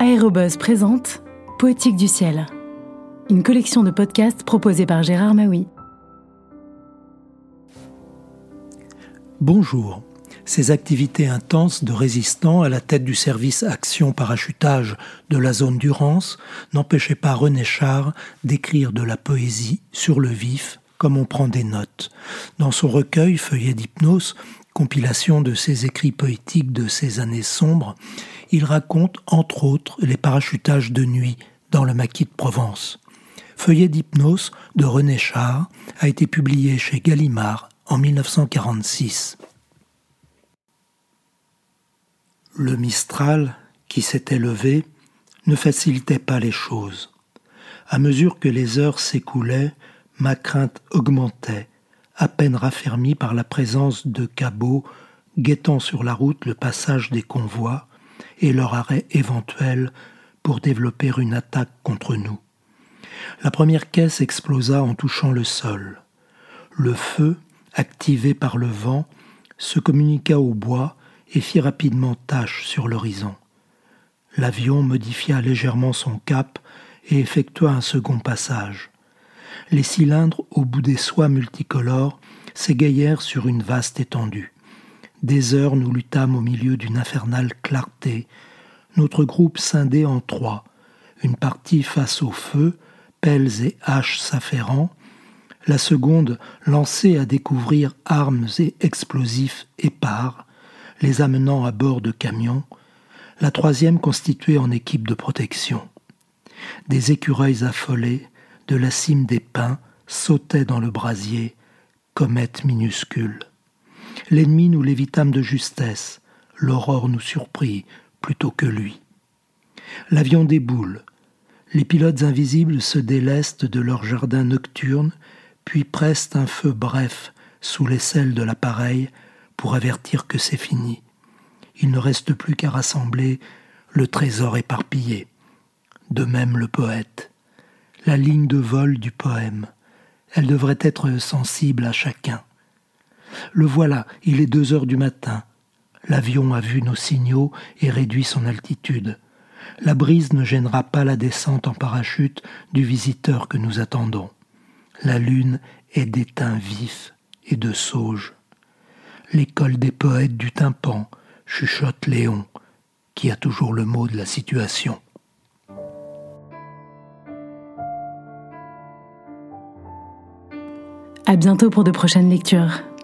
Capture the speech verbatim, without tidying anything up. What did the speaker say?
Aérobuzz présente Poétique du ciel, une collection de podcasts proposée par Gérard Maui. Bonjour. Ces activités intenses de résistants à la tête du service action parachutage de la zone d'Urance n'empêchaient pas René Char d'écrire de la poésie sur le vif, comme on prend des notes. Dans son recueil Feuillet d'hypnose, compilation de ses écrits poétiques de ces années sombres, il raconte entre autres les parachutages de nuit dans le maquis de Provence. Feuillet d'hypnose de René Char a été publié chez Gallimard en dix-neuf cent quarante-six. Le Mistral, qui s'était levé, ne facilitait pas les choses. À mesure que les heures s'écoulaient, ma crainte augmentait, à peine raffermie par la présence de cabots guettant sur la route le passage des convois et leur arrêt éventuel pour développer une attaque contre nous. La première caisse explosa en touchant le sol. Le feu, activé par le vent, se communiqua au bois et fit rapidement tache sur l'horizon. L'avion modifia légèrement son cap et effectua un second passage. Les cylindres au bout des soies multicolores s'égayèrent sur une vaste étendue. Des heures nous luttâmes au milieu d'une infernale clarté, notre groupe scindé en trois, une partie face au feu, pelles et haches s'affairant, la seconde lancée à découvrir armes et explosifs épars, les amenant à bord de camions, la troisième constituée en équipe de protection. Des écureuils affolés, de la cime des pins, sautaient dans le brasier, comètes minuscules. L'ennemi nous l'évitâmes de justesse, l'aurore nous surprit plutôt que lui. L'avion déboule. Les pilotes invisibles se délestent de leur jardin nocturne, puis pressent un feu bref sous l'aisselle de l'appareil pour avertir que c'est fini. Il ne reste plus qu'à rassembler le trésor éparpillé. De même le poète. La ligne de vol du poème. Elle devrait être sensible à chacun. Le voilà, il est deux heures du matin. L'avion a vu nos signaux et réduit son altitude. La brise ne gênera pas la descente en parachute du visiteur que nous attendons. La lune est d'étain vif et de sauge. L'école des poètes du tympan, chuchote Léon, qui a toujours le mot de la situation. À bientôt pour de prochaines lectures.